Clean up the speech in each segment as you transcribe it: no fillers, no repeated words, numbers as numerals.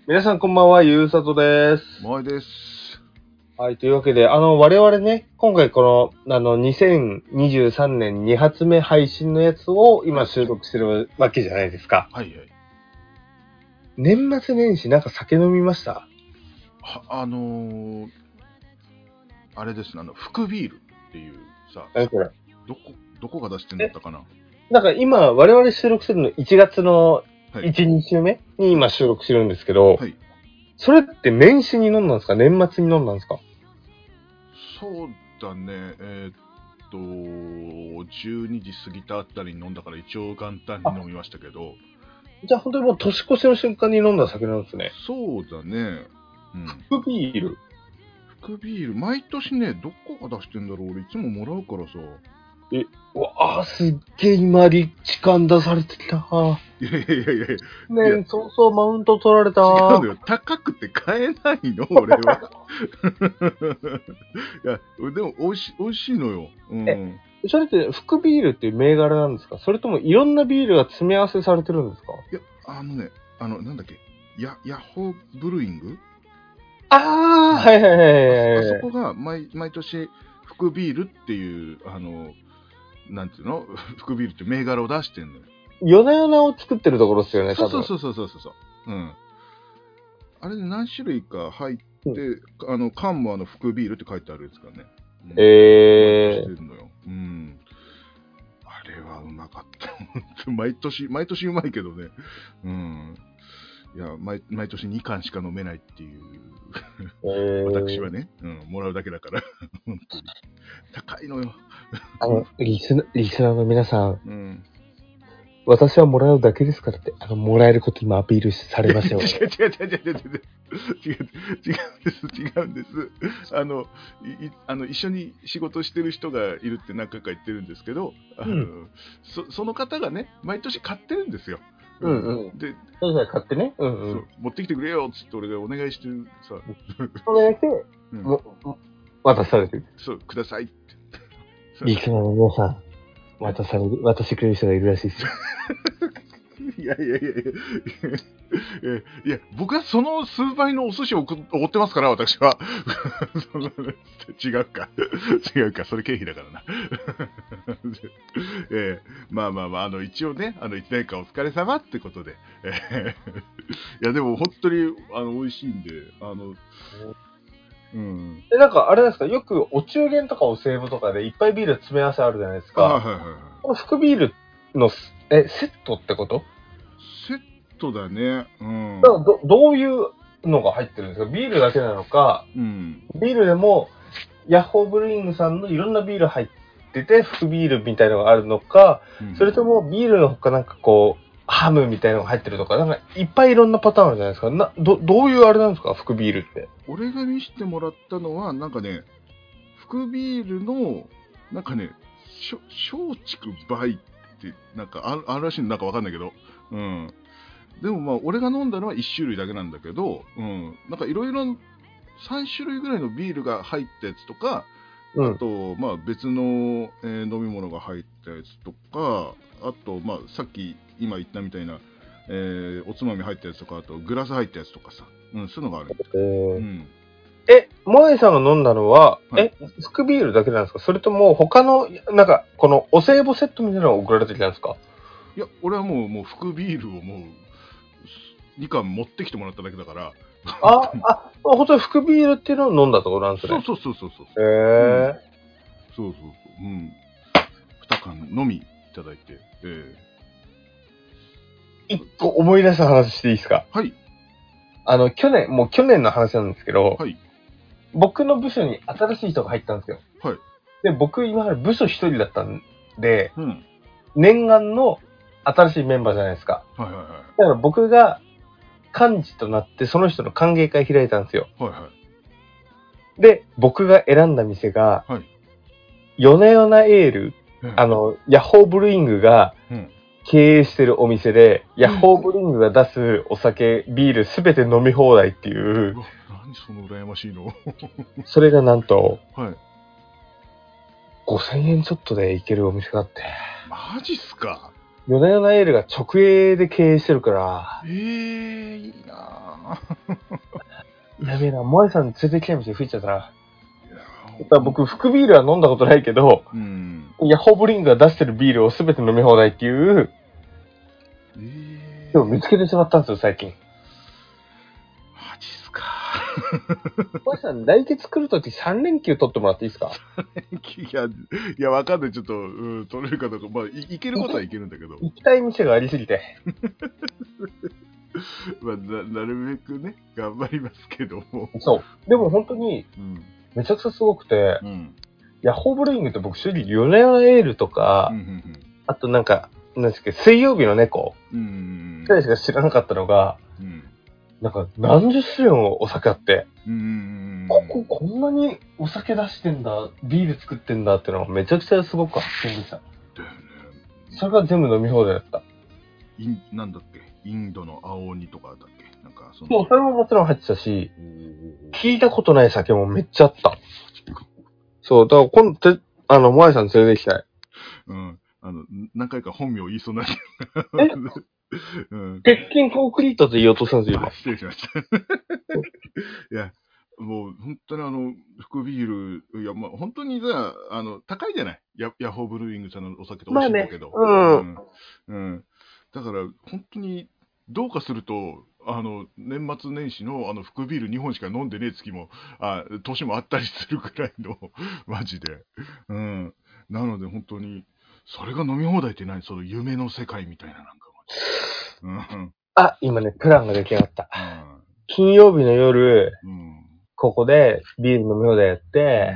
皆さんこんばんは、ゆうさとです。 前です。 はい、というわけで、我々ね、今回この、2023年2発目配信のやつを今収録してるわけじゃないですか。 はいはい。 年末年始なんか酒飲みました？ あれですね、福ビールっていうさ、 何これ？ どこ、どこが出してんだったかな。 なんか今、我々収録するの1月のはい。 1、2週目に今収録してるんですけど、 はい。 それって年始に飲んだんですか？年末に飲んだんですか？ そうだね、12時過ぎたあたりに飲んだから一応元旦に飲みましたけど、 じゃあ本当にもう年越しの瞬間に飲んだ酒なんですね。 そうだね、うん。 福ビール。 福ビール、毎年ね、どこが出してんだろう。俺いつももらうからさ。 うわあ、すっげえ今、リッチ感出されてきた。 いやいやいやいやいや、 ねえ、そうそうマウント取られた。 違うのよ。高くて買えないの、俺は。いや、でも美味しいのよ。うえ、 ん。 それって福ビールっていう銘柄なんですか？それともいろんなビールが詰め合わせされてるんですか？ いや、なんだっけ、ヤッホーブルーイング、 ああ、はいはいはいあそはい。 こが毎年、福ビールっていう、なんていうの福ビールって銘柄を出してんのよ。 夜な夜なを作ってるところですよね、多分。 そうそうそうそうそうそう。うん。あれで何種類か入って、 うん、 缶も福ビールって書いてあるやつがね。うん。毎年え出るのよ。うん。あれはうまかった。毎年うまいけどね。うん。いや、毎年2缶しか飲めないっていう、 ー、えー、 私はね、うん、もらうだけだから、本当に。高いのよ。 リスナーの皆さん、 うん。 私はもらうだけですからって、もらえることにもアピールさいや、 れましたよね。 違うんです。一緒に仕事してる人がいるって何回か言ってるんですけど、 うん。 その方がね、毎年買ってるんですよ。うん。 うんうん。 で、 そうそう、買ってね。うんうん。 そう、持ってきてくれよっつって俺がお願いしてるさ、 それだけ、 うん、 渡されてる。 そう、くださいって。 リスナーの皆さん、渡してくれる人がいるらしいですよ。 いやいやいやいや、いや、僕はその数倍のお寿司をおってますから、私は。違うか。違うか、それ経費だからな。まあまあまあ、一応ね、1年間お疲れ様ってことで。いや、でも本当に、美味しいんで、うん。 なんかあれですか、よくお中元とかお歳暮とかでいっぱいビール詰め合わせあるじゃないですあ、はいか。 はいはいはい。 この福ビールの、セットってこと？ セットだね。うん。 だからどういうのが入ってるんですか？ビールだけなのか、 うん。 ビールでも、ヤッホーブルーイングさんのいろんなビール入ってて、福ビールみたいなのがあるのか、 うん。 それともビールのほかなんかこう、ハムみたいなのが入ってるとか、なんかいっぱいいろんなパターンあるじゃないですか。どういうあれなんですか、福ビールって。 俺が見せてもらったのは、なんかね、福ビールの、なんかね、松竹梅って、なんかあるらしいの、なんかわかんないけど。うん。でもまあ、俺が飲んだのは1種類だけなんだけど、うん。なんかいろいろ3種類ぐらいのビールが入ったやつとか、 うん。 あと、まあ別の、飲み物が入ったやつとか、あと、まあさっき今言ったみたいな、おつまみ入ったやつとか、あとグラス入ったやつとかさ、うん、そういうのがあるみたい。うん。 萌えさんが飲んだのは、 はい。 福ビールだけなんですか？それとも他の、なんか、このお歳暮セットみたいなのが送られてきたんですか？ いや、俺はもう福ビールをもう、2缶持ってきてもらっただけだから、 本当に福ビールっていうのを飲んだってことなんですね。 そうそうそうそうそう。うん。 へそうそうそう。うん。2缶のみいただいて。 一個思い出した話していいですか？ はい。 去年の話なんですけど、 はい。 僕の部署に新しい人が入ったんですよ。 はい。 で、僕今まで部署一人だったんで、 うん。 念願の新しいメンバーじゃないですか。 はいはいはい。 だから僕が幹事となってその人の歓迎会開いたんですよ。 はいはで、僕が選んだ店が、 い。はい。 夜な夜なエール、ヤッホーブルーイングがうん。 経営してるお店で、ヤッホーブルーイングが出すお酒、ビールすべて飲み放題っていう、 うわ、何その羨ましいの。 それがなんと、 はい。 5000円ちょっとで行けるお店があって。 マジっすか。 夜な夜なエールが直営で経営してるから、 いいなぁ。 やべえな、萌えさん連れてきたい店増えちゃったな。 いやだから僕、福ビールは飲んだことないけど、 うん。 ヤホーブリングが出してるビールを全て飲み放題っていう、でも見つけてしまったんですよ、最近。 マジっすか。 萌えさん、来月来るとき3連休取ってもらっていいですか？ いや、わかんない。ちょっと、取れるかどうか。まあ、いけることはいけるんだけど。 行きたい店がありすぎて。 まあ、なるべくね、頑張りますけども。 そう。でも本当に、 うん。 めちゃくちゃすごくて、 うん。 ヤホーブリングって僕正直夜な夜なエールとか、 うん。 あとなんか、なんですけど、水曜日の猫うん。 くらいしか知らなかったのが、 うん。 なんか何十種類もお酒あって、 うん。 こんなにお酒出してんだ、ビール作ってんだっていうのがめちゃくちゃすごく発見でした。 だよね。 それが全部飲み放題だった。 なんだっけインドの青鬼とかだっけなんか、そそう、 の。 それももちろん入ってたし、聞いたことない酒もめっちゃあった。そう、だから今度、モアイさん連れて行きたい。 うん。何回か本名言いそうになっちゃえう。うん。 鉄筋コンクリートって言おうとしたんですよ、 あ、失礼しました。いや、もう本当に福ビール、いや、まあ本当にさ、高いじゃないヤホーブルーイングさんのお酒って美味しいんだけど。 うん。 うん。だから、本当に、どうかすると、年末年始の福ビール2本しか飲んでねえ月も、年もあったりするくらいの、マジで。うん。なので本当に、それが飲み放題って何その夢の世界みたいななんか。うん。 あ、今ね、プランが出来上がった。 うん。 金曜日の夜、 うん。 ここでビール飲み放題やって、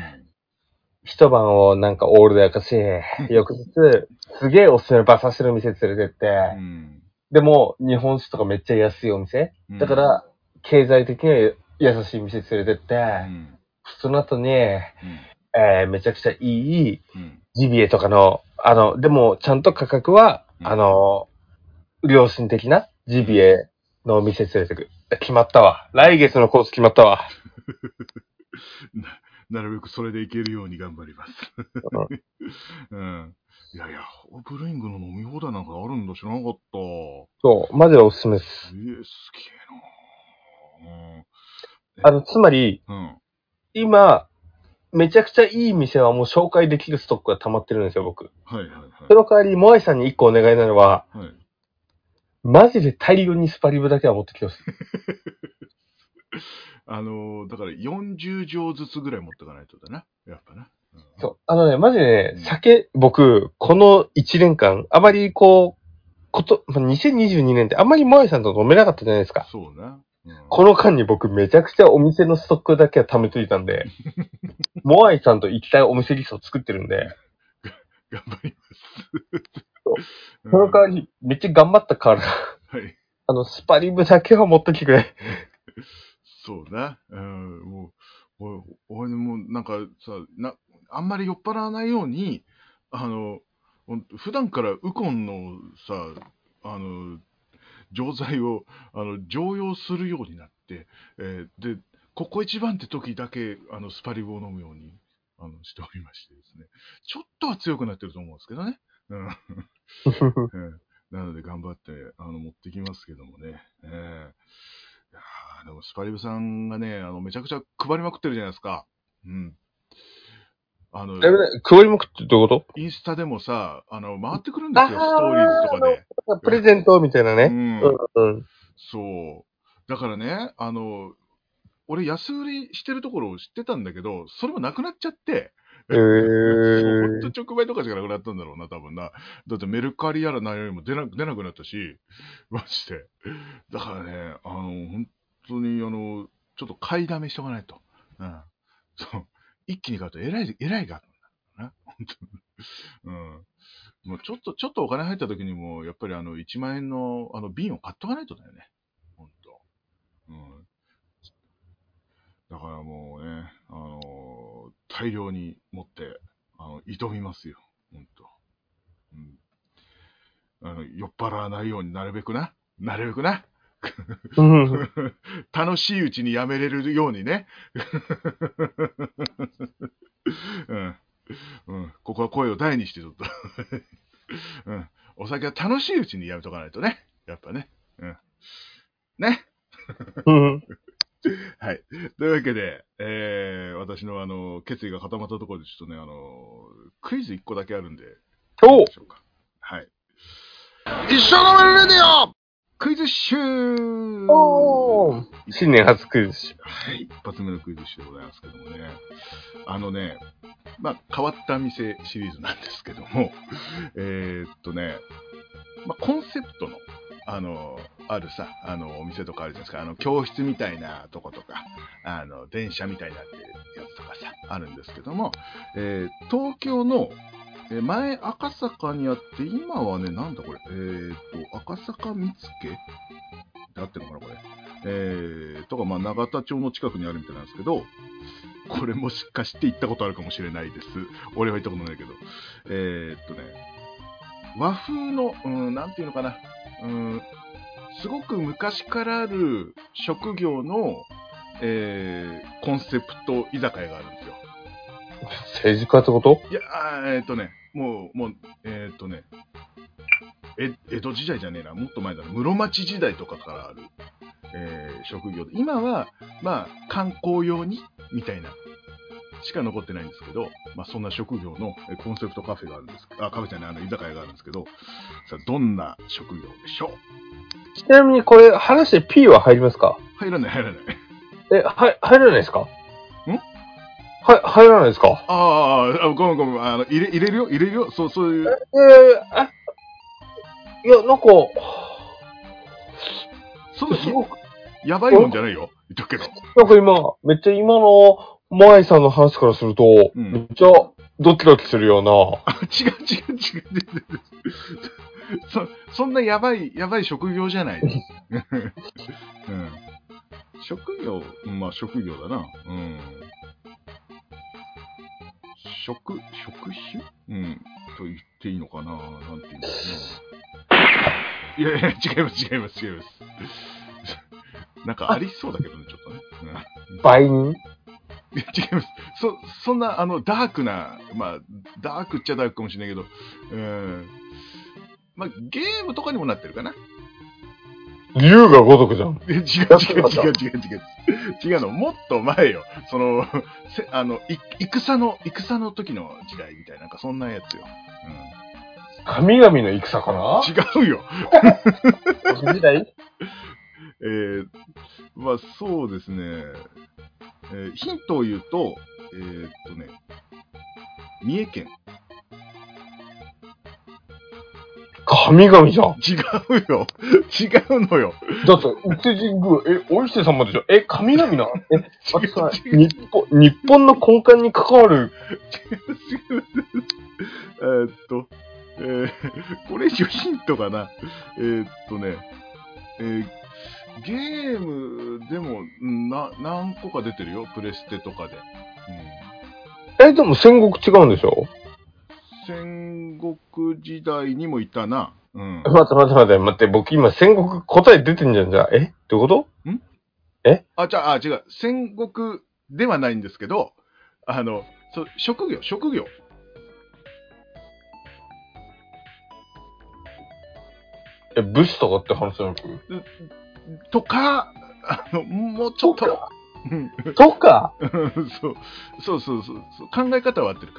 一晩をなんかオールで明かし、翌日、すげえおすすめの馬刺しの店連れてって、 うん。 でも、日本酒とかめっちゃ安いお店。だから、経済的には優しい店連れてって、その後に、めちゃくちゃいい、ジビエとかの、でも、ちゃんと価格は、良心的なジビエのお店連れてく。決まったわ。来月のコース決まったわ。 なるべくそれでいけるように頑張ります。うん。いやいや、オープルイングの飲み放題なんかあるんだ知らなかった。 そう、マジでおすすめです。 すげえなつまり、今、めちゃくちゃいい店はもう紹介できるストックが溜まってるんですよ、僕。 はいはいはい。 その代わり、モアイさんに一個お願いなのは、 はい。 マジで大量にスパリブだけは持ってきてほしい。 だから40錠ずつぐらい持ってかないとだな。やっぱな。 そう。マジでね、酒、僕、この1年間、あまり2022年ってあんまりモアイさんと飲めなかったじゃないですか。 そうな。 この間に僕めちゃくちゃお店のストックだけは貯めといたんで、モアイさんと行きたいお店リストを作ってるんで、 頑張ります。 その代わり、めっちゃ頑張ったから、 はい。 スパリブだけは持ってきてくれ。 そうな。俺もなんかさ、あんまり酔っ払わないように、普段からウコンのさ、錠剤を、常用するようになって、で、ここ一番って時だけ、スパリブを飲むように、しておりましてですね。ちょっとは強くなってると思うんですけどね。なので頑張って、持ってきますけどもね。いやでもスパリブさんがね、めちゃくちゃ配りまくってるじゃないですか。うん。 配りまくってどういうこインスタでもさ、回ってくるんですよ、ストーリーズとかで。 プレゼントみたいなね。 そう。だからね、俺安売りしてるところを知ってたんだけど、それもなくなっちゃって、そう、ほんと直売とかしかなくなったんだろうな、多分な。だってメルカリやら何よりも出なくなったし、マジで。だからね、本当にちょっと買いだめしとかないと。うん。そう。一気に買うと偉いがな。本当に。うん。もうちょっとお金入った時にも、やっぱり1万円の瓶を買っとかないとだよね。本当。うん。だからもうね、大量に持って、挑みますよ。本当。うん。酔っ払わないようになるべくな。楽しいうちにやめれるようにね。うん。ここは声を大にしてちょっと。うん。 お酒は楽しいうちにやめとかないとね。やっぱね。うん。ね。はい。というわけで、私の決意が固まったところで、ちょっとね、クイズ1個だけあるんで。 おでしょうか。はい。一生飲めるレディオクイズ集おー新年初クイズ集。 はい。一発目のクイズ集でございますけどもね。まあ、変わった店シリーズなんですけども、コンセプトの、あるさ、お店とかあるじゃないですか。教室みたいなとことか、電車みたいになってるやつとかさ、あるんですけども、東京の、前赤坂にあって、今はね、なんだこれ、赤坂見附であってるのかな、これ。とか、まあ、永田町の近くにあるみたいなんですけど、これもしかして行ったことあるかもしれないです。俺は行ったことないけど。和風の、なんていうのかな。すごく昔からある職業の、コンセプト居酒屋があるんですよ。 政治家ってこと？ いや、もう、江戸時代じゃねえな、もっと前だな、室町時代とかからある、職業で、今は、まあ、観光用に、みたいな、しか残ってないんですけど、まあ、そんな職業のコンセプトカフェがあるんです。カフェじゃない、居酒屋があるんですけど、さあ、どんな職業でしょう？ ちなみにこれ、話して P は入りますか？ 入らない。 入らないですか？入らないですか？ ごめん。入れるよ。そういう。 いや、なんか、 そんな、すごく、やばいもんじゃないよ。言っとくけど。 なんかめっちゃ今の、モアイさんの話からすると、めっちゃ、ドキドキするような。 違う。そんなやばい職業じゃないです。職業、まあ職業だな。職種と言っていいのかな、なんていうんだろうな。いや、違います。なんかありそうだけどね、ちょっとね。 売人？ 違います。そんな、ダークな、まあ、ダークっちゃダークかもしれないけど、まあ、ゲームとかにもなってるかな。 竜が如くじゃん。 違うの。もっと前よ。戦の時の時代みたいな、なんかそんなやつよ。 神々の戦かな？ 違うよ。 時代？ まあそうですね。ヒントを言うと、三重県。 神々じゃん。 違うのよ。 だって、伊勢神宮、お伊勢様でしょ？神々なの？日本の根幹に関わる。 これ以上ヒントかな。ゲームでも何個か出てるよ。プレステとかで。 でも戦国違うんでしょ？ 戦国時代にもいたな。 待って、僕今戦国答え出てんじゃん、じゃあ。どういうこと？ 違う。戦国ではないんですけど、職業。 武士とかって話じゃなく？ とか、もうちょっと。 とかそう。考え方は合ってる。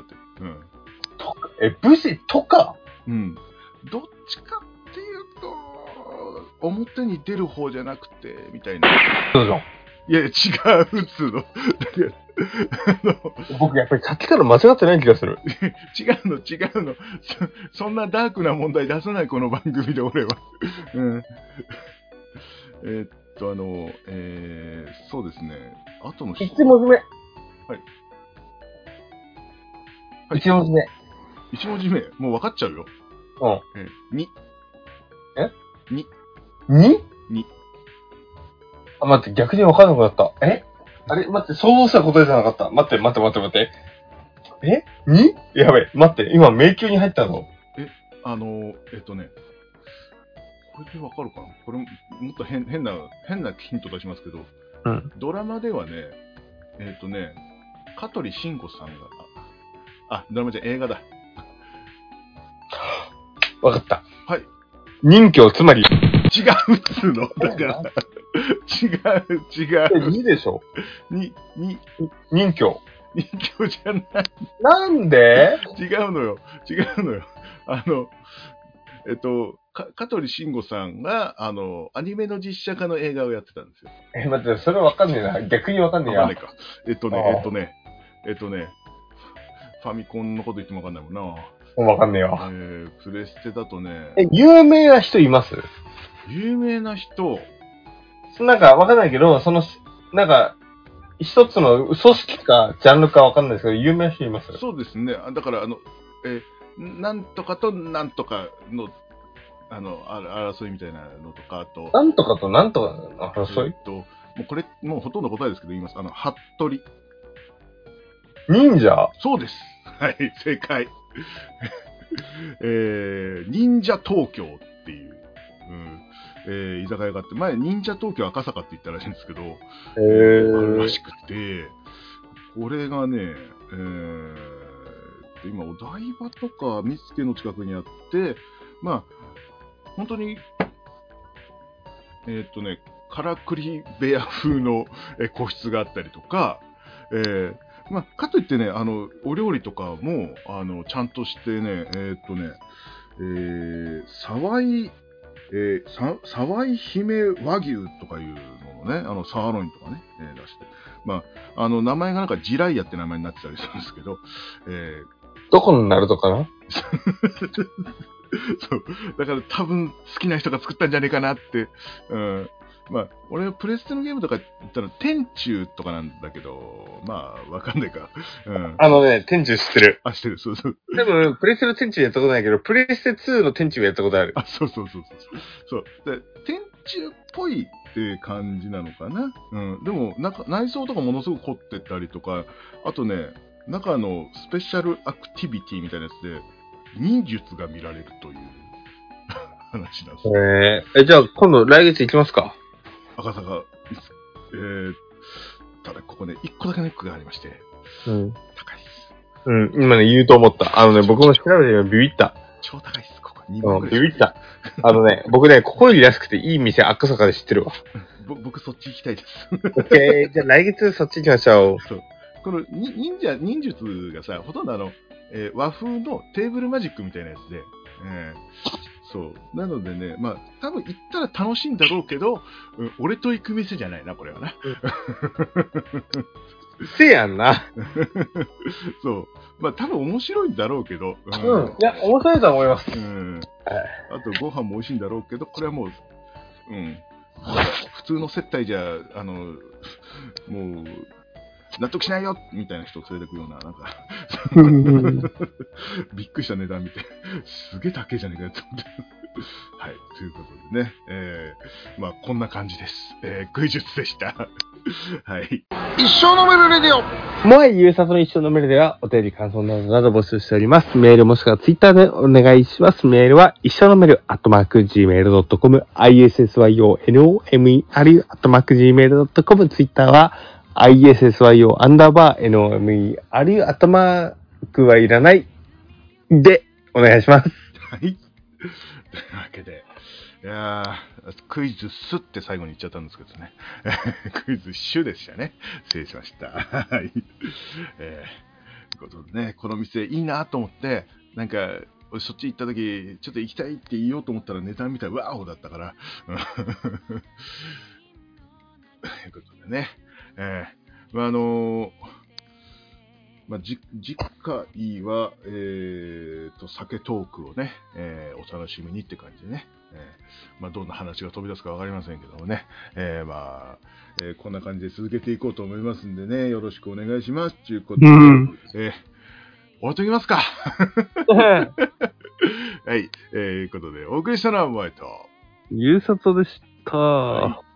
武士とか？ どっちかっていうと、表に出る方じゃなくて、みたいな。 そうじゃん。 いや、違う、普通の。 僕やっぱりさっきから間違ってない気がする。 違うの。そんなダークな問題出さない、この番組で俺は。そうですね。あとの 1文字目。 はい。 1文字目。 1文字目。もう分かっちゃうよ。2。 2？待って、逆に分かんなくなった。あれ待って、想像した答えじゃなかった。待って。2？やべえ、待って、今迷宮に入ったぞ。 これでわかるかな？これもっと変なヒント出しますけど、ドラマではね、香取慎吾さんが、ドラマじゃ映画だ。 わかった。 はい。 任教、つまり。 違うっつうの。だから、違う。 2でしょ？任教。 任教じゃない。 なんで？ 違うのよ。香取慎吾さんが、アニメの実写化の映画をやってたんですよ。 待って、それわかんねえな。逆にわかんねえや。 わかんないか。ファミコンのこと言ってもわかんないもんな。 わかんねえよ。 プレステだとね。 有名な人います？ 有名な人？ なんかわかんないけど、なんか、一つの組織かジャンルかわかんないですけど、有名な人います？ そうですね。だから、なんとかとなんとかの、争いみたいなのとか、あと。 なんとかとなんとかの争い？ もうこれ、もうほとんど答えですけど言います。服部。 忍者？ そうです。はい、正解。忍者東京っていう、居酒屋があって、前忍者東京赤坂って言ったらしいんですけど、あるらしくて、これがね、今お台場とか見附の近くにあって、まあ、本当に、からくり部屋風の個室があったりとか、まあ、かといってね、お料理とかも、ちゃんとしてね、沢井姫和牛とかいうのをね、サーロインとかね、出して。まあ、名前がなんかジライヤって名前になってたりするんですけど、 どこになるとかなそう。だから多分好きな人が作ったんじゃねえかなって、まあ、俺、プレステのゲームとか言ったら、天中とかなんだけど、まあ、わかんないか。 天中知ってる。 知ってる、そうそう。 多分、プレステの天中やったことないけど、プレステ2の天中やったことある。 そう。そう。で、天中っぽいって感じなのかな。でも、内装とかものすごく凝ってたりとか、あとね、中のスペシャルアクティビティみたいなやつで、忍術が見られるという話なんです。 じゃあ、今度来月行きますか？ 赤坂、ただここね、一個だけネックがありまして、高いです。 今ね、言うと思った。僕も調べてビビった。 超高いです、ここ。2万ぐらい。 ビビった。僕ね、心より安くていい店赤坂で知ってるわ。 僕そっち行きたいです。 じゃあ来月そっち行きましょう。 そう。この忍術がさ、ほとんど和風のテーブルマジックみたいなやつで、そう。なのでね、まあ、多分行ったら楽しいんだろうけど、俺と行く店じゃないな、これはな。 せやんな。 そう。まあ、多分面白いんだろうけど。 いや、面白いと思います。 あと、ご飯も美味しいんだろうけど、これはもう、普通の接待じゃ、もう、納得しないよみたいな人を連れてくような、なんかびっくりした値段見て、すげえ高えじゃねえかよって思って。はい、ということでね、まあこんな感じです。クイズでした。はい。一生飲めるレディオ。 もえゆうさとの一生飲めるでは、お便り感想などなど募集しております。メールもしくはツイッターでお願いします。メールは一生飲める@gmail.com、issyo.nomeru@gmail.com、ツイッターはissyo_nomeru はいらないでお願いします。 はい。というわけで、いやクイズスって最後に言っちゃったんですけどね。クイズシュでしたね。失礼しました。はい。ということでね、この店いいなと思って、なんか、俺そっち行った時、ちょっと行きたいって言おうと思ったらネタ見たらワオだったから。ということでね。次回は、酒トークをね、お楽しみにって感じでね。どんな話が飛び出すかわかりませんけどもね。こんな感じで続けていこうと思いますんでね。よろしくお願いします。ということで、終わっときますか。はい。ということで、お送りしたのはお前と、 ゆうさとでした。 はい